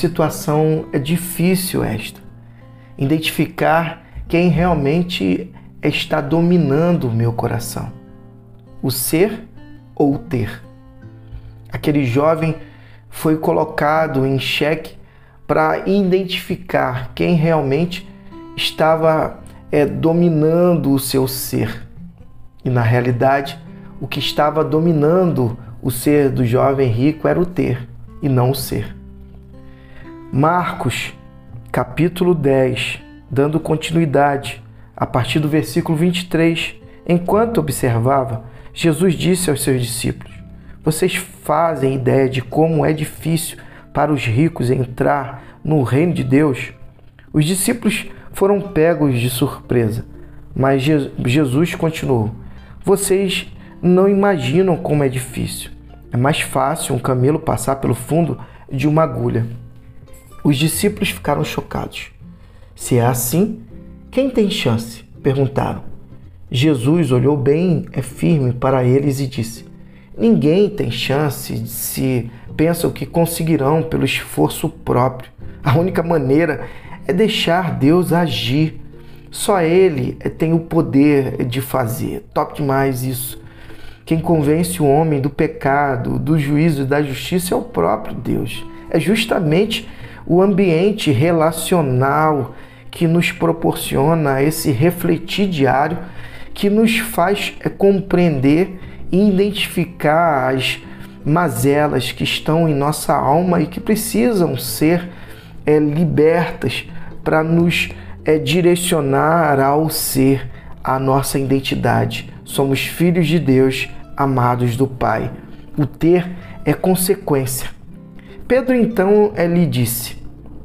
situação é difícil esta. Identificar quem realmente está dominando o meu coração. O ser ou o ter. Aquele jovem foi colocado em xeque para identificar quem realmente estava dominando o seu ser. E na realidade, o que estava dominando o ser do jovem rico era o ter e não o ser. Marcos, capítulo 10, dando continuidade, a partir do versículo 23, enquanto observava, Jesus disse aos seus discípulos: vocês fazem ideia de como é difícil para os ricos entrar no reino de Deus? Os discípulos foram pegos de surpresa, mas Jesus continuou: vocês não imaginam como é difícil. É mais fácil um camelo passar pelo fundo de uma agulha. Os discípulos ficaram chocados. Se é assim, quem tem chance? Perguntaram. Jesus olhou bem firme para eles e disse: ninguém tem chance se pensam que conseguirão pelo esforço próprio. A única maneira é deixar Deus agir. Só Ele tem o poder de fazer. Top demais isso. Quem convence o homem do pecado, do juízo e da justiça é o próprio Deus. É justamente o ambiente relacional que nos proporciona esse refletir diário, que nos faz compreender e identificar as mazelas que estão em nossa alma e que precisam ser libertas para nos direcionar ao ser, a nossa identidade. Somos filhos de Deus, amados do Pai. O ter é consequência. Pedro então lhe disse: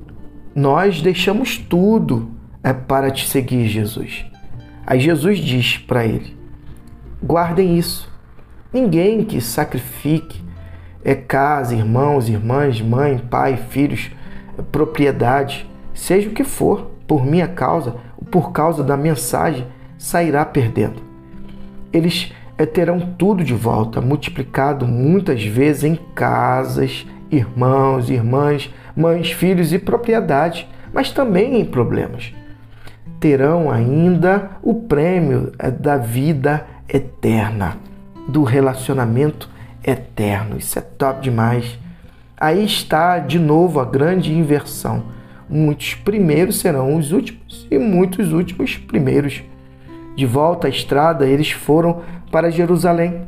nós deixamos tudo para te seguir, Jesus. Aí Jesus diz para ele: guardem isso. Ninguém que sacrifique casa, irmãos, irmãs, mãe, pai, filhos, propriedade, seja o que for, por minha causa, ou por causa da mensagem, sairá perdendo. Eles terão tudo de volta, multiplicado muitas vezes em casas, irmãos, irmãs, mães, filhos e propriedade, mas também em problemas. Terão ainda o prêmio da vida eterna, do relacionamento eterno. Isso é top demais. Aí está de novo a grande inversão. Muitos primeiros serão os últimos e muitos últimos primeiros. De volta à estrada, eles foram para Jerusalém.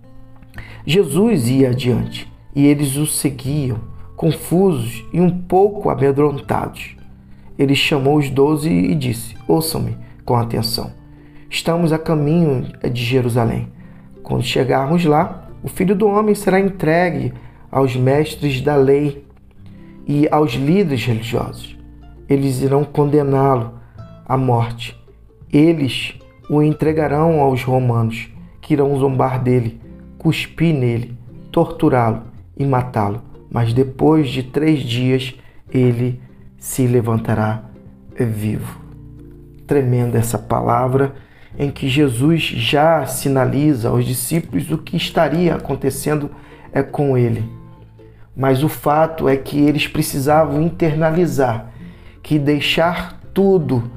Jesus ia adiante e eles o seguiam, confusos e um pouco amedrontados. Ele chamou os 12 e disse: ouçam-me com atenção. Estamos a caminho de Jerusalém. Quando chegarmos lá, o Filho do Homem será entregue aos mestres da lei e aos líderes religiosos. Eles irão condená-lo à morte. Eles o entregarão aos romanos, que irão zombar dele, cuspir nele, torturá-lo e matá-lo. Mas depois de 3 dias, ele se levantará vivo. Tremenda essa palavra em que Jesus já sinaliza aos discípulos o que estaria acontecendo com ele. Mas o fato é que eles precisavam internalizar que deixar tudo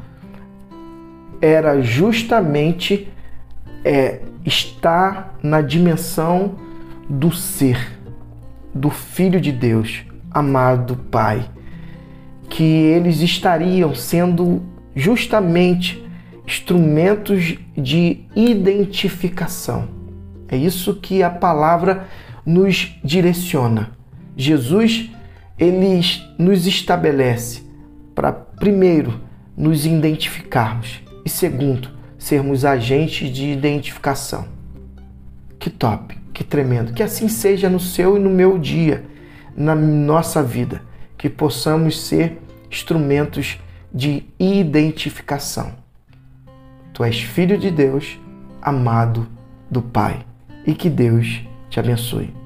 era justamente estar na dimensão do ser, do Filho de Deus, amado Pai, que eles estariam sendo justamente instrumentos de identificação. É isso que a palavra nos direciona. Jesus, ele nos estabelece para, primeiro, nos identificarmos e, segundo, sermos agentes de identificação. Que top, que tremendo. Que assim seja no seu e no meu dia, na nossa vida, que possamos ser instrumentos de identificação. Tu és filho de Deus, amado do Pai, e que Deus te abençoe.